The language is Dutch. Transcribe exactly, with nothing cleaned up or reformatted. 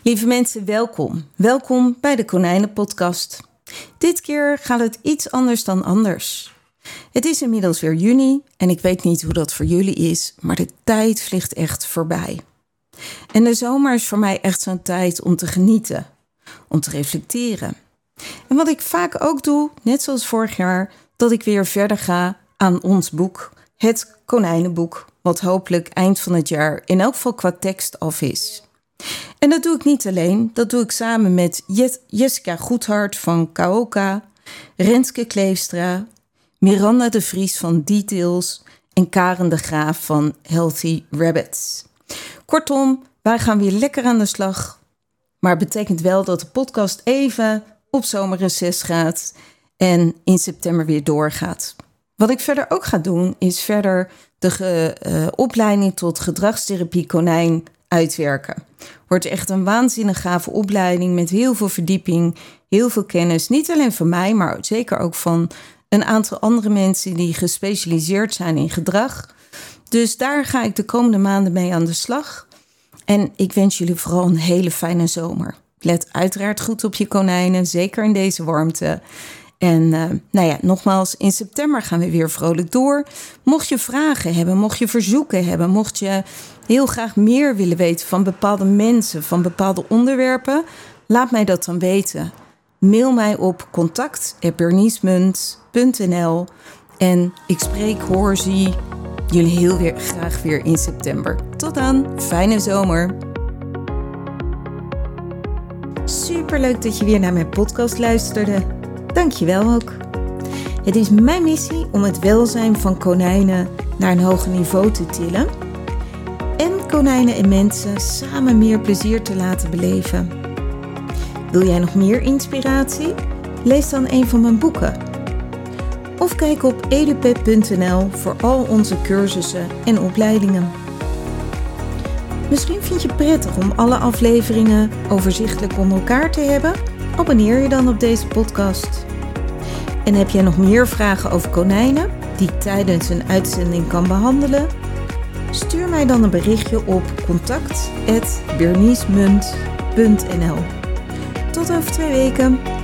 Lieve mensen, welkom. Welkom bij de Konijnenpodcast. Dit keer gaat het iets anders dan anders. Het is inmiddels weer juni en ik weet niet hoe dat voor jullie is, maar de tijd vliegt echt voorbij. En de zomer is voor mij echt zo'n tijd om te genieten, om te reflecteren. En wat ik vaak ook doe, net zoals vorig jaar, dat ik weer verder ga aan ons boek, het Konijnenboek, wat hopelijk eind van het jaar in elk geval qua tekst af is. En dat doe ik niet alleen, dat doe ik samen met Jessica Goedhart van Kaoka, Renske Kleefstra, Miranda de Vries van Details en Karen de Graaf van Healthy Rabbits. Kortom, wij gaan weer lekker aan de slag, maar het betekent wel dat de podcast even op zomerreces gaat en in september weer doorgaat. Wat ik verder ook ga doen, is verder de uh, opleiding tot gedragstherapie konijn uitwerken. Wordt echt een waanzinnig gave opleiding met heel veel verdieping, heel veel kennis. Niet alleen van mij, maar zeker ook van een aantal andere mensen die gespecialiseerd zijn in gedrag. Dus daar ga ik de komende maanden mee aan de slag. En ik wens jullie vooral een hele fijne zomer. Let uiteraard goed op je konijnen, zeker in deze warmte. En uh, nou ja, nogmaals, in september gaan we weer vrolijk door. Mocht je vragen hebben, mocht je verzoeken hebben, mocht je heel graag meer willen weten van bepaalde mensen, van bepaalde onderwerpen, laat mij dat dan weten. Mail mij op contact apenstaartje berniesmunt punt n l en ik spreek, hoor, zie jullie heel weer, graag weer in september. Tot dan, fijne zomer. Superleuk dat je weer naar mijn podcast luisterde. Dank je wel ook. Het is mijn missie om het welzijn van konijnen naar een hoger niveau te tillen en konijnen en mensen samen meer plezier te laten beleven. Wil jij nog meer inspiratie? Lees dan een van mijn boeken. Of kijk op edupep punt n l voor al onze cursussen en opleidingen. Misschien vind je het prettig om alle afleveringen overzichtelijk onder elkaar te hebben? Abonneer je dan op deze podcast. En heb jij nog meer vragen over konijnen die ik tijdens een uitzending kan behandelen? Stuur mij dan een berichtje op contact apenstaartje berniesmunt punt n l. Tot over twee weken.